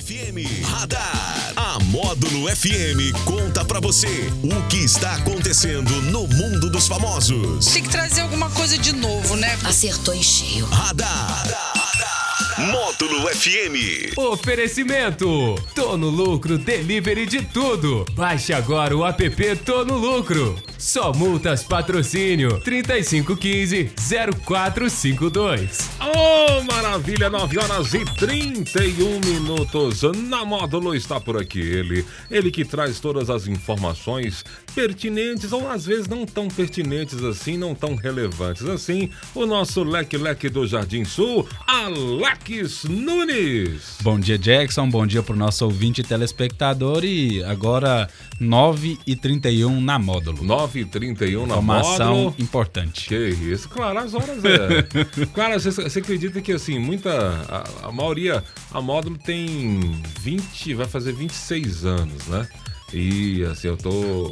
FM Radar. A Módulo FM conta pra você o que está acontecendo no mundo dos famosos. Tem que trazer alguma coisa de novo, né? Acertou em cheio. Radar. Módulo FM. Oferecimento: Tô no Lucro, delivery de tudo. Baixe agora o app Tô no Lucro. Só multas patrocínio 3515-0452. Oh, maravilha, 9h31. Na Módulo está por aqui ele que traz todas as informações pertinentes ou às vezes não tão pertinentes assim, não tão relevantes assim. O nosso leque do Jardim Sul, Alex Nunes. Bom dia, Jackson, bom dia pro nosso ouvinte e telespectador. E agora 9h31 na Módulo. 9h31 na Informação Módulo. importante. Que isso, claro, as horas Cara, você acredita que assim, a maioria, a Módulo tem vai fazer 26 anos, né? E assim, a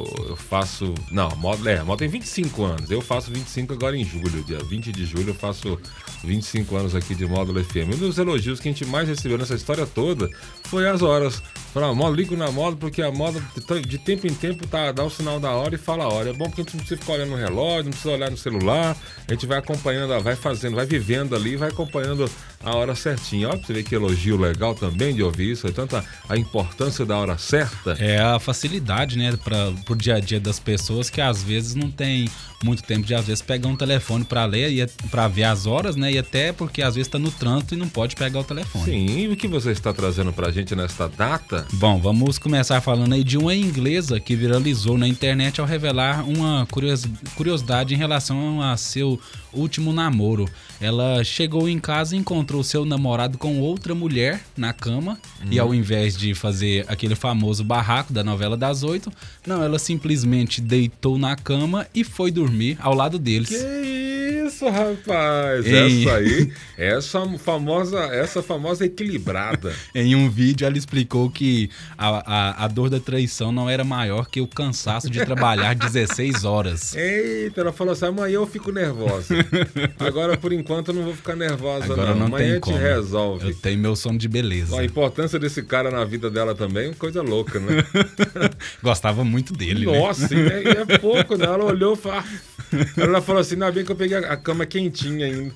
Módulo tem 25 anos. Eu faço 25 agora em julho, dia 20 de julho eu faço 25 anos aqui de Módulo FM. Um dos elogios que a gente mais recebeu nessa história toda foi as horas. Falaram, ligo na Módulo porque a Módulo de tempo em tempo dá o sinal da hora e fala a hora. É bom porque a gente não precisa ficar olhando no relógio, não precisa olhar no celular. A gente vai acompanhando, vai vivendo ali, vai acompanhando a hora certinha. Olha pra você ver que elogio legal também de ouvir isso. Tanto a importância da hora certa. É a facilidade, né, pro dia a dia das pessoas que às vezes não tem muito tempo de às vezes pegar um telefone para ler e para ver as horas, né, e até porque às vezes está no trânsito e não pode pegar o telefone. Sim, e o que você está trazendo pra gente nesta data? Bom, vamos começar falando aí de uma inglesa que viralizou na internet ao revelar uma curiosidade em relação a seu último namoro. Ela chegou em casa e encontrou seu namorado com outra mulher na cama e ao invés de fazer aquele famoso barraco da novela das 8, não, ela simplesmente deitou na cama e foi dormir ao lado deles. Que isso, rapaz! Essa famosa equilibrada. Em um vídeo ela explicou que a dor da traição não era maior que o cansaço de trabalhar 16 horas. Eita, ela falou assim, amanhã eu fico nervosa. Agora, por enquanto, eu não vou ficar nervosa, agora não amanhã tem a gente como. resolve. Eu tenho meu sono de beleza. A importância desse cara na vida dela também, coisa louca, né? Gostava muito dele, Nossa, né? é pouco, né? Ela olhou e falou... Ela falou assim, ainda bem que eu peguei a cama quentinha ainda.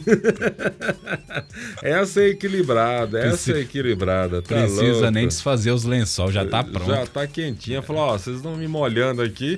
Essa é equilibrada. Tá precisa louco. nem desfazer os lençóis, já tá pronto. Já tá quentinha. Falou, vocês estão me molhando aqui.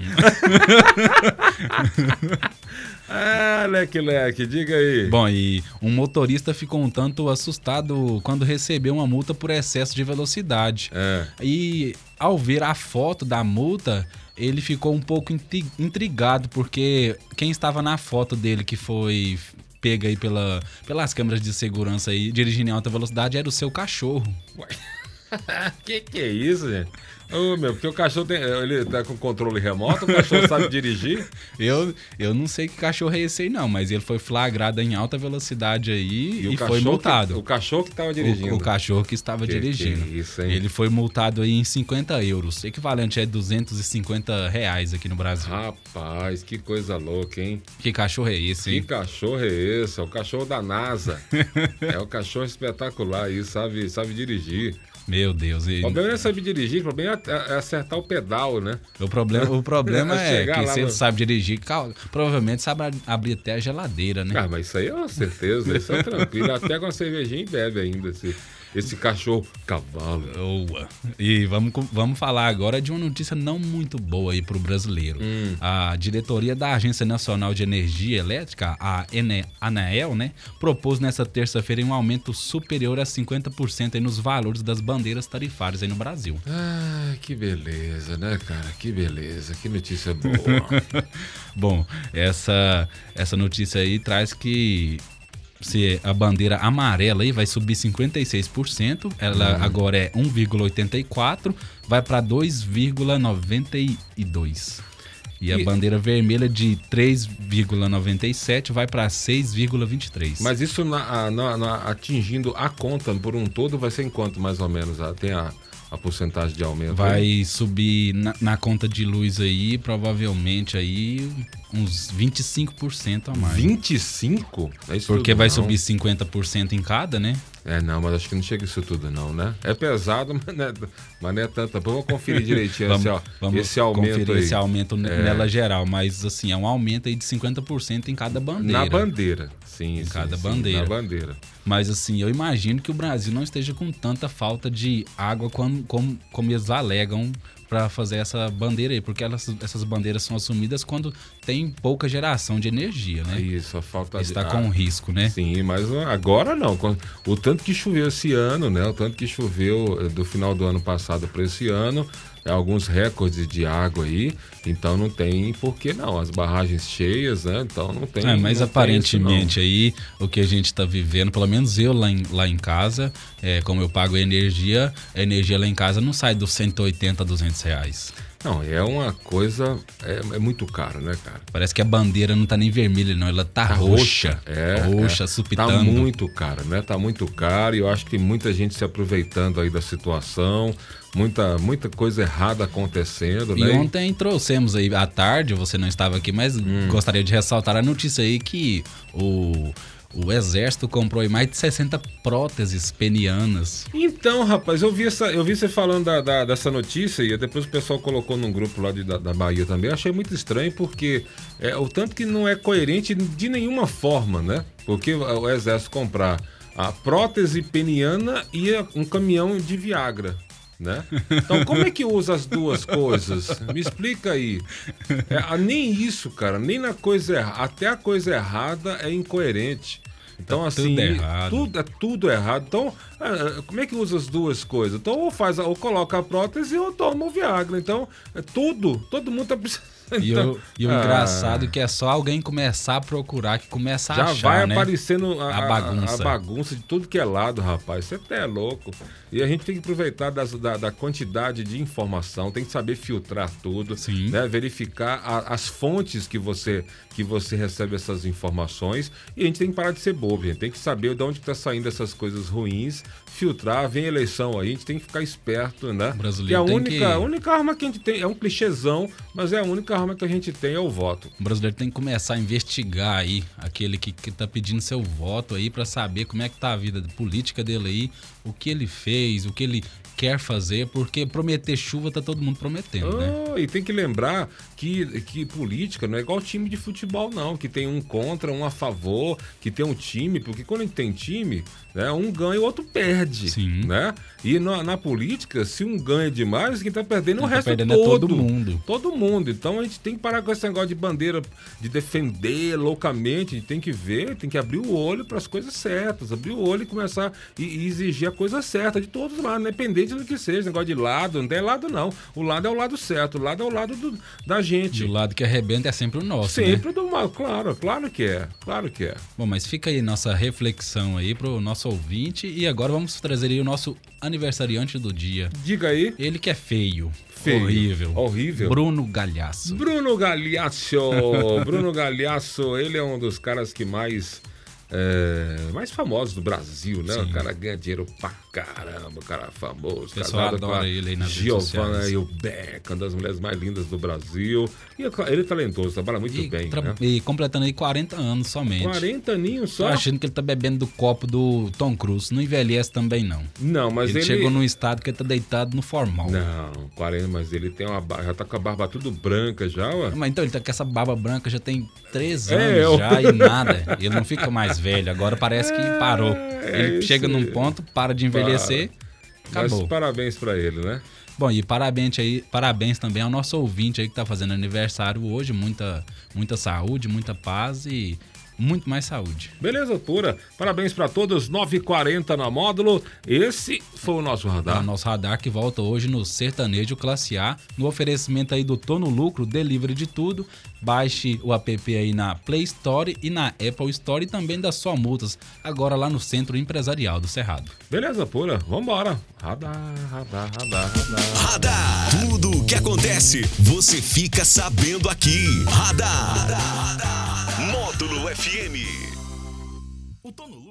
Leque, diga aí. Bom, e um motorista ficou um tanto assustado quando recebeu uma multa por excesso de velocidade. E ao ver a foto da multa, ele ficou um pouco intrigado, porque quem estava na foto dele que foi pega aí pelas câmeras de segurança aí, dirigindo em alta velocidade, era o seu cachorro. Ué. Que é isso, gente? Porque o cachorro ele tá com controle remoto, o cachorro sabe dirigir? Eu não sei que cachorro é esse aí não, mas ele foi flagrado em alta velocidade aí e foi multado. O cachorro que estava dirigindo? O cachorro que estava dirigindo. Que isso, hein? Ele foi multado aí em 50 euros, equivalente a R$250 aqui no Brasil. Rapaz, que coisa louca, hein? Que cachorro é esse, hein? Que cachorro é esse? É o cachorro da NASA. É o cachorro espetacular aí, sabe dirigir. Meu Deus. O problema não é saber dirigir, o problema é acertar o pedal, né? O problema é que se ele sabe dirigir, provavelmente sabe abrir até a geladeira, né? Mas isso aí é uma certeza, isso é tranquilo. Até com a cervejinha e bebe ainda, esse cachorro cavalo. E vamos falar agora de uma notícia não muito boa aí pro brasileiro. A diretoria da Agência Nacional de Energia Elétrica, a ANEEL, né, propôs nessa terça-feira um aumento superior a 50% aí nos valores das bandeiras tarifárias aí no Brasil. Que beleza, né, cara? Que beleza, que notícia boa. Bom, essa notícia aí traz que se a bandeira amarela aí vai subir 56%, ela agora é 1,84, vai para 2,92. E a bandeira vermelha de 3,97 vai para 6,23. Mas isso atingindo a conta por um todo vai ser em quanto mais ou menos? Tem a porcentagem de aumento? Vai subir na conta de luz aí, provavelmente aí uns 25% a mais. 25%? É isso Porque tudo, vai não. subir 50% em cada, né? Não, mas acho que não chega isso tudo não, né? É pesado, mas não é tanto. Vamos conferir direitinho Vamos esse aumento conferir aí. esse aumento nela geral, mas assim, é um aumento aí de 50% em cada bandeira. Na bandeira, sim. Em sim, cada sim, bandeira. Na bandeira. Mas assim, eu imagino que o Brasil não esteja com tanta falta de água como eles alegam para fazer essa bandeira aí, porque essas bandeiras são assumidas quando tem pouca geração de energia, né? Isso, a falta de... Está com risco, né? Sim, mas agora não. O tanto que choveu esse ano, né? O tanto que choveu do final do ano passado para esse ano, alguns recordes de água aí, então não tem por que não. As barragens cheias, né? Então não tem. Mas não aparentemente tem aí, o que a gente está vivendo, pelo menos eu lá em casa, como eu pago a energia lá em casa não sai dos 180 a 200 reais. Não, é uma coisa, é muito caro, né, cara? Parece que a bandeira não tá nem vermelha, não, ela tá roxa. Roxa, supitando. Tá muito caro, né? Tá muito caro e eu acho que tem muita gente se aproveitando aí da situação, muita coisa errada acontecendo, né? E ontem trouxemos aí, à tarde, você não estava aqui, mas gostaria de ressaltar a notícia aí que o Exército comprou aí mais de 60 próteses penianas. Então, rapaz, eu vi você falando dessa notícia e depois o pessoal colocou num grupo lá da Bahia também. Eu achei muito estranho porque o tanto que não é coerente de nenhuma forma, né? Porque o Exército comprar a prótese peniana e um caminhão de Viagra, né? Então, como é que usa as duas coisas? Me explica aí. Nem isso, cara, nem na coisa errada, até a coisa errada é incoerente. Então, assim, tudo errado. Então, como é que usa as duas coisas? Então, ou coloca a prótese ou toma o Viagra. Então, todo mundo tá precisando. E o engraçado é que é só alguém começar a procurar que começa a achar, já vai né? aparecendo a bagunça. A bagunça de tudo que é lado, rapaz. Você até é louco. E a gente tem que aproveitar da quantidade de informação, tem que saber filtrar tudo, né? Verificar as fontes que você recebe essas informações. E a gente tem que parar de ser bobo, a gente tem que saber de onde está saindo essas coisas ruins, filtrar, vem eleição aí, a gente tem que ficar esperto, né? O brasileiro a única arma que a gente tem, é um clichêzão, mas é a única arma que a gente tem é o voto. O brasileiro tem que começar a investigar aí aquele que tá pedindo seu voto aí para saber como é que tá a vida política dele aí, o que ele fez, o que ele quer fazer, porque prometer chuva tá todo mundo prometendo, né? E tem que lembrar que política não é igual time de futebol, não, que tem um contra, um a favor, que tem um time, porque quando a gente tem time, né, um ganha e o outro perde. Sim. Né? E na política, se um ganha demais, quem tá perdendo o resto perdendo todo. Todo mundo. Todo mundo. Então a gente tem que parar com esse negócio de bandeira, de defender loucamente. A gente tem que ver, tem que abrir o olho para as coisas certas, abrir o olho e começar e exigir a coisa certa de todos lá, independente do que seja. Negócio de lado, não tem lado não. O lado é o lado certo, o lado é o lado da gente. E o lado que arrebenta é sempre o nosso, sempre, né? Do mal, claro que é. Bom, mas fica aí nossa reflexão aí pro nosso ouvinte e agora vamos trazer aí o nosso aniversariante do dia. Diga aí. Ele que é feio. Horrível. Bruno Galhaço. Bruno Galhaço, ele é um dos caras que mais famosos do Brasil, né? Sim. O cara ganha dinheiro pra caramba, o cara é famoso. O pessoal adora ele aí nas Giovanna Eubank, uma das mulheres mais lindas do Brasil. E ele é talentoso, trabalha muito bem, né? E completando aí 40 anos somente. 40 aninhos só? Tô achando que ele tá bebendo do copo do Tom Cruise. Não envelhece também, não. Não, mas ele chegou num estado que ele tá deitado no formal. Não, 40, mas ele tem já tá com a barba tudo branca já, ué. Mas então ele tá com essa barba branca já tem 3 anos já e nada. Ele não fica mais velho, agora parece que parou. Ele chega num ponto, para de envelhecer, acabou. Mas parabéns pra ele, né? Bom, e parabéns também ao nosso ouvinte aí que tá fazendo aniversário hoje. Muita saúde, muita paz e muito mais saúde. Beleza pura. Parabéns pra todos. 9h40 na Módulo. Esse foi o nosso radar. É o nosso radar que volta hoje no Sertanejo Classe A, no oferecimento aí do Tô no Lucro, delivery de tudo. Baixe o app aí na Play Store e na Apple Store e também da Só Multas, agora lá no Centro Empresarial do Cerrado. Beleza pura. Vambora. Radar. Radar. Tudo o que acontece, você fica sabendo aqui. Radar. Módulo FM. O Tô no